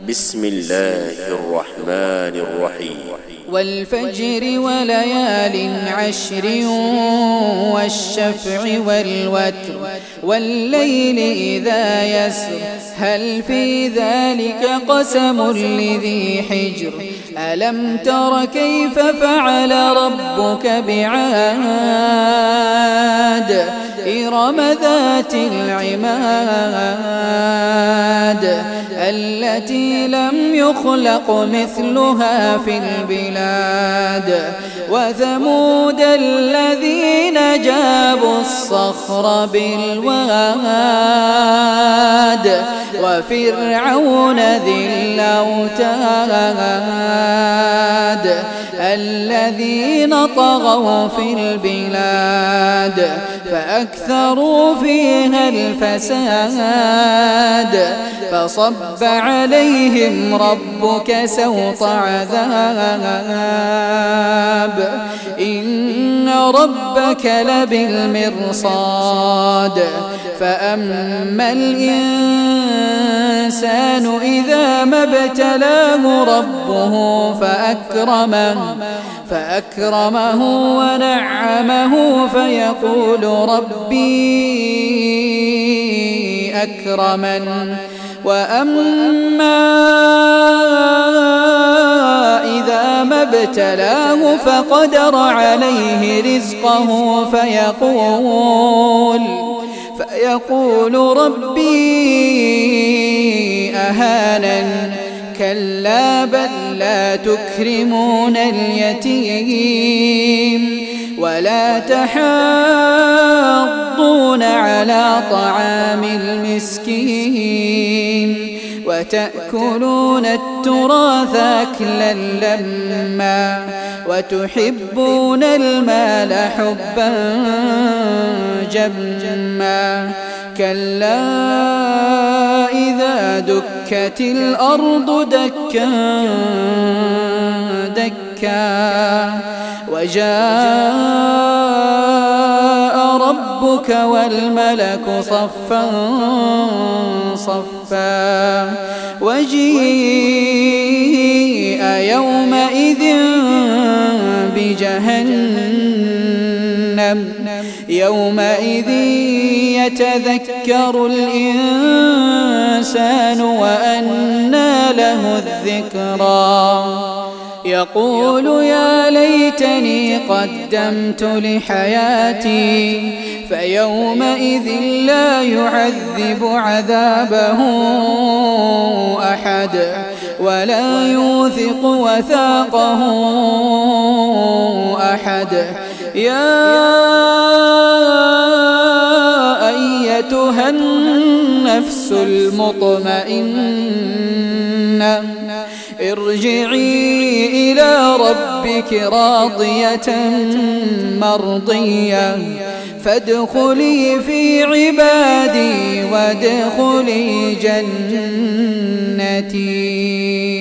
بسم الله الرحمن الرحيم. والفجر وليال عشر والشفع والوتر والليل إذا يسر هل في ذلك قسم لذي حجر ألم تر كيف فعل ربك بعاد إرم ذات العماد التي لم يخلق مثلها في البلاد وثمود الذين جابوا الصخر بالواد وفرعون ذي الأوتاد الذين طغوا في البلاد فأكثروا فيها الفساد فصب عليهم ربك سوط عذاب إن ربك لبالمرصاد فأما الإنسان إذا ما ابتلاه ربه فأكرمه ونعمه فيقول ربي أكرمن وأما إذا ما ابتلاه فقدر عليه رزقه فيقول ربي أهانن كلا بل لا تكرمون اليتيم ولا تحاضون على طعام المسكين وتأكلون التراث أكلا لما وتحبون المال حبا جما كلا إذا دكت الأرض دكا دكا وجاء ربك والملك صفا صفا وجيء يومئذ بجهنم يومئذ يتذكر الإنسان وأنى له الذكرى يقول يا ليتني قدمت لحياتي فيومئذ لا يعذب عذابه أحد ولا يوثق وثاقه أحد يا أيتها النفس المطمئنة ارجعي إلى ربك راضية مرضية فادخلي في عبادي وادخلي جنتي.